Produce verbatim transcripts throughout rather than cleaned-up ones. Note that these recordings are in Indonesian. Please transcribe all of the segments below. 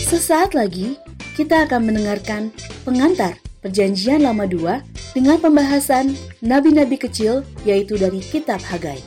Sesaat lagi, kita akan mendengarkan pengantar Perjanjian Lama dua dengan pembahasan nabi-nabi kecil, yaitu dari Kitab Hagai.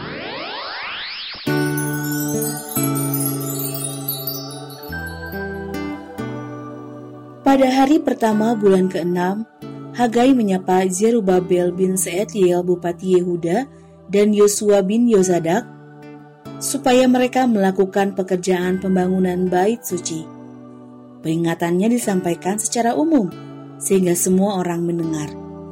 Pada hari pertama bulan keenam, Hagai menyapa Zerubabel bin Sealtiel bupati Yehuda dan Yosua bin Yozadak supaya mereka melakukan pekerjaan pembangunan bait suci. Peringatannya disampaikan secara umum, sehingga semua orang mendengar.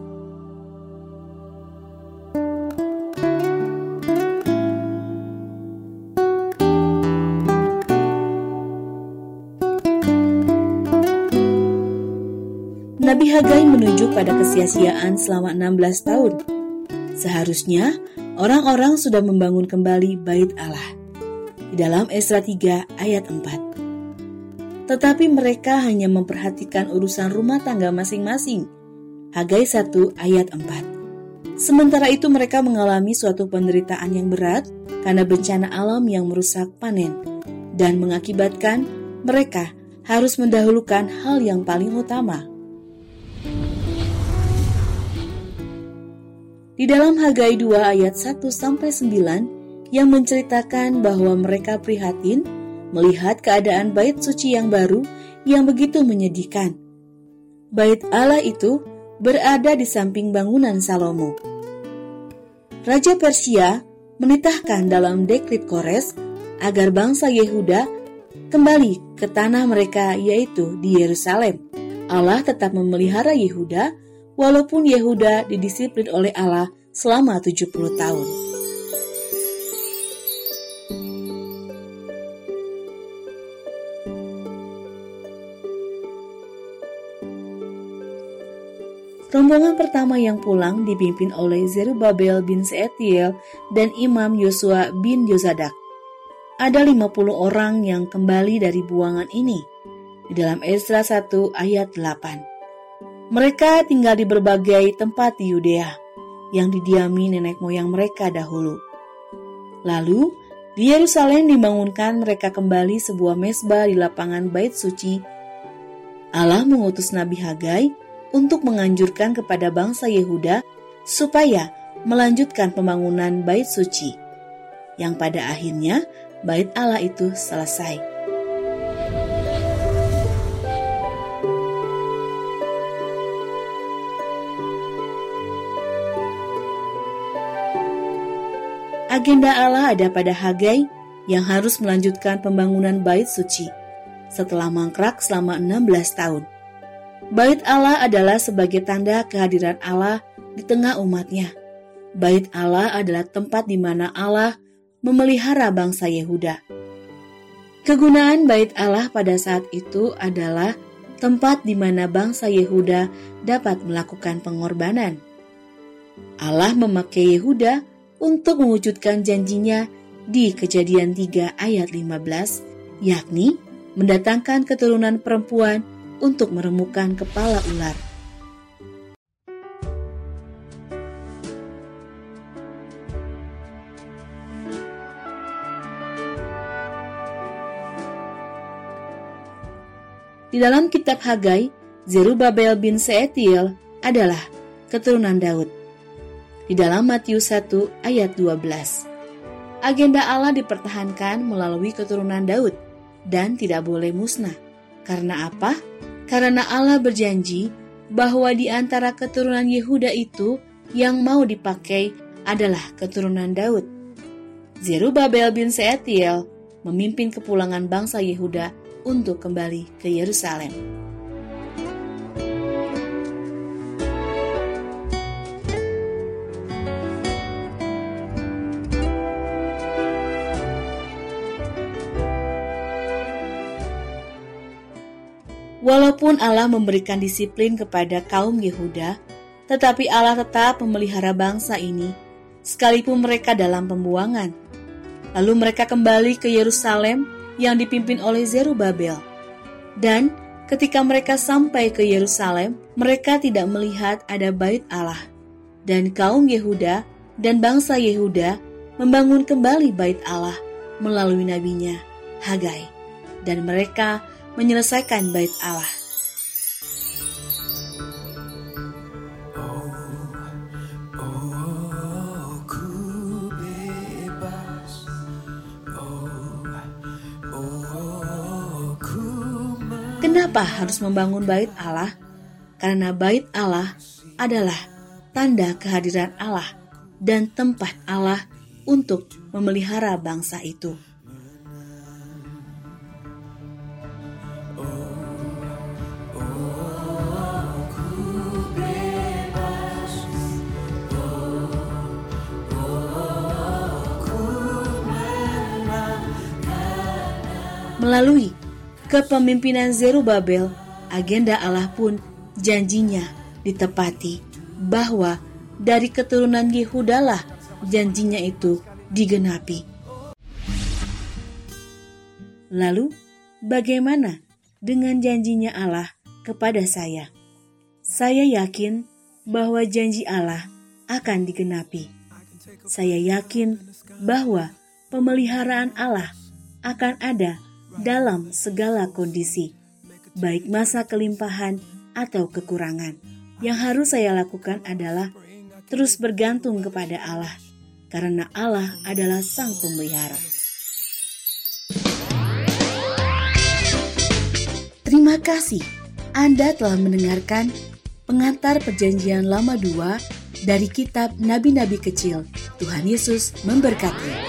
Nabi Hagai menunjuk pada kesia-siaan selama enam belas tahun. Seharusnya orang-orang sudah membangun kembali bait Allah. Di dalam Esra tiga ayat empat. Tetapi mereka hanya memperhatikan urusan rumah tangga masing-masing. Hagai satu ayat empat. Sementara itu mereka mengalami suatu penderitaan yang berat karena bencana alam yang merusak panen dan mengakibatkan mereka harus mendahulukan hal yang paling utama. Di dalam Hagai dua ayat satu sampai sembilan yang menceritakan bahwa mereka prihatin melihat keadaan bait suci yang baru yang begitu menyedihkan. Bait Allah itu berada di samping bangunan Salomo. Raja Persia menitahkan dalam dekrit Kores agar bangsa Yehuda kembali ke tanah mereka, yaitu di Yerusalem. Allah tetap memelihara Yehuda walaupun Yehuda didisiplin oleh Allah selama tujuh puluh tahun. Rombongan pertama yang pulang dipimpin oleh Zerubabel bin Sealtiel dan Imam Yosua bin Yozadak. Ada lima puluh orang yang kembali dari buangan ini di dalam Esra satu ayat delapan. Mereka tinggal di berbagai tempat di Yudea yang didiami nenek moyang mereka dahulu. Lalu di Yerusalem dibangunkan mereka kembali sebuah mezbah di lapangan bait suci. Allah mengutus Nabi Hagai untuk menganjurkan kepada bangsa Yehuda supaya melanjutkan pembangunan bait suci, yang pada akhirnya bait Allah itu selesai. Agenda Allah ada pada Hagai yang harus melanjutkan pembangunan bait suci setelah mangkrak selama enam belas tahun. Bait Allah adalah sebagai tanda kehadiran Allah di tengah umatnya. Bait Allah adalah tempat di mana Allah memelihara bangsa Yehuda. Kegunaan bait Allah pada saat itu adalah tempat di mana bangsa Yehuda dapat melakukan pengorbanan. Allah memakai Yehuda untuk mewujudkan janjinya di Kejadian tiga ayat lima belas, yakni mendatangkan keturunan perempuan untuk meremukkan kepala ular. Di dalam kitab Hagai, Zerubabel bin Sealtiel adalah keturunan Daud. Di dalam Matius satu ayat dua belas, agenda Allah dipertahankan melalui keturunan Daud dan tidak boleh musnah. Karena apa? Karena Allah berjanji bahwa di antara keturunan Yehuda itu yang mau dipakai adalah keturunan Daud. Zerubabel bin Sealtiel memimpin kepulangan bangsa Yehuda untuk kembali ke Yerusalem. Walaupun Allah memberikan disiplin kepada kaum Yehuda, tetapi Allah tetap memelihara bangsa ini, sekalipun mereka dalam pembuangan. Lalu mereka kembali ke Yerusalem yang dipimpin oleh Zerubabel. Dan ketika mereka sampai ke Yerusalem, mereka tidak melihat ada bait Allah. Dan kaum Yehuda dan bangsa Yehuda membangun kembali bait Allah melalui nabinya Hagai. Dan mereka menyelesaikan bait Allah. Kenapa harus membangun bait Allah? Karena bait Allah adalah tanda kehadiran Allah dan tempat Allah untuk memelihara bangsa itu. Melalui kepemimpinan Zerubabel, agenda Allah pun janjinya ditepati bahwa dari keturunan Yehudalah janjinya itu digenapi. Lalu, bagaimana dengan janjinya Allah kepada saya? Saya yakin bahwa janji Allah akan digenapi. Saya yakin bahwa pemeliharaan Allah akan ada dalam segala kondisi, baik masa kelimpahan atau kekurangan. Yang harus saya lakukan adalah terus bergantung kepada Allah, karena Allah adalah Sang Pemelihara. Terima kasih Anda telah mendengarkan pengantar Perjanjian Lama dua dari kitab Nabi-Nabi Kecil. Tuhan Yesus memberkati.